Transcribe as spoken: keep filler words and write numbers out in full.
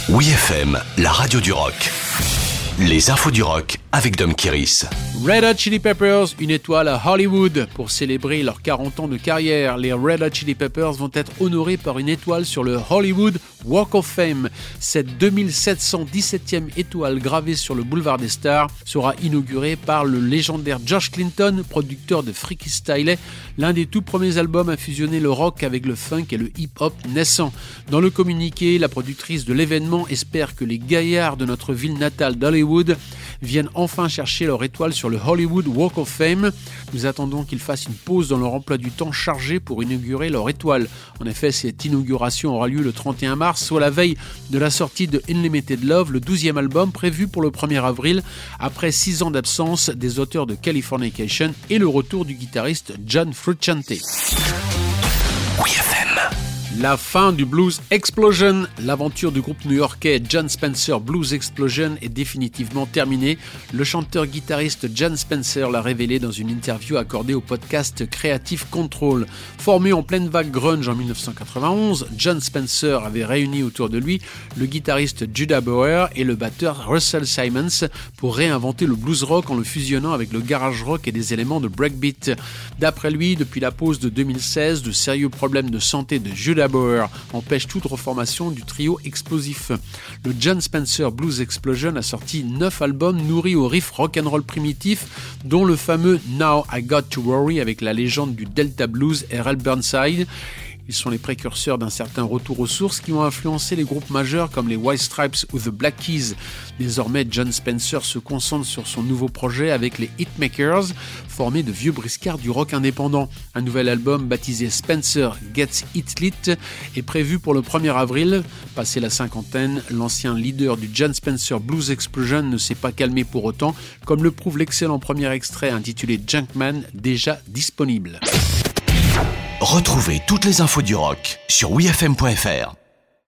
Oui F M, la radio du rock. Les infos du rock avec Dom Kiris. Red Hot Chili Peppers, une étoile à Hollywood. Pour célébrer leurs quarante ans de carrière, les Red Hot Chili Peppers vont être honorés par une étoile sur le Hollywood Walk of Fame. Cette deux mille sept cent dix-septième étoile gravée sur le boulevard des stars sera inaugurée par le légendaire George Clinton, producteur de Freaky Stylez, l'un des tout premiers albums à fusionner le rock avec le funk et le hip-hop naissant. Dans le communiqué, la productrice de l'événement espère que les gaillards de notre ville natale d'Hollywood viennent enfin chercher leur étoile sur le Hollywood Walk of Fame. Nous attendons qu'ils fassent une pause dans leur emploi du temps chargé pour inaugurer leur étoile. En effet, cette inauguration aura lieu le trente et un mars, soit la veille de la sortie de Unlimited Love, le douzième album prévu pour le premier avril, après six ans d'absence des auteurs de Californication et le retour du guitariste John Frusciante. Oui F M. La fin du Blues Explosion. L'aventure du groupe new-yorkais Jon Spencer Blues Explosion est définitivement terminée. Le chanteur-guitariste Jon Spencer l'a révélé dans une interview accordée au podcast Creative Control. Formé en pleine vague grunge en dix-neuf cent quatre-vingt-onze, Jon Spencer avait réuni autour de lui le guitariste Judah Boer et le batteur Russell Simmons pour réinventer le blues rock en le fusionnant avec le garage rock et des éléments de breakbeat. D'après lui, depuis la pause de deux mille seize, de sérieux problèmes de santé de Judah Boer empêche toute reformation du trio explosif. Le Jon Spencer Blues Explosion a sorti neuf albums nourris au riff rock'n'roll primitif, dont le fameux Now I Got to Worry avec la légende du Delta Blues R L Burnside. Ils sont les précurseurs d'un certain retour aux sources qui ont influencé les groupes majeurs comme les White Stripes ou The Black Keys. Désormais, Jon Spencer se concentre sur son nouveau projet avec les Hitmakers, formés de vieux briscards du rock indépendant. Un nouvel album baptisé Spencer Gets It Lit est prévu pour le premier avril. Passé la cinquantaine, l'ancien leader du Jon Spencer Blues Explosion ne s'est pas calmé pour autant, comme le prouve l'excellent premier extrait intitulé Junkman, déjà disponible. Retrouvez toutes les infos du rock sur oui f m point f r.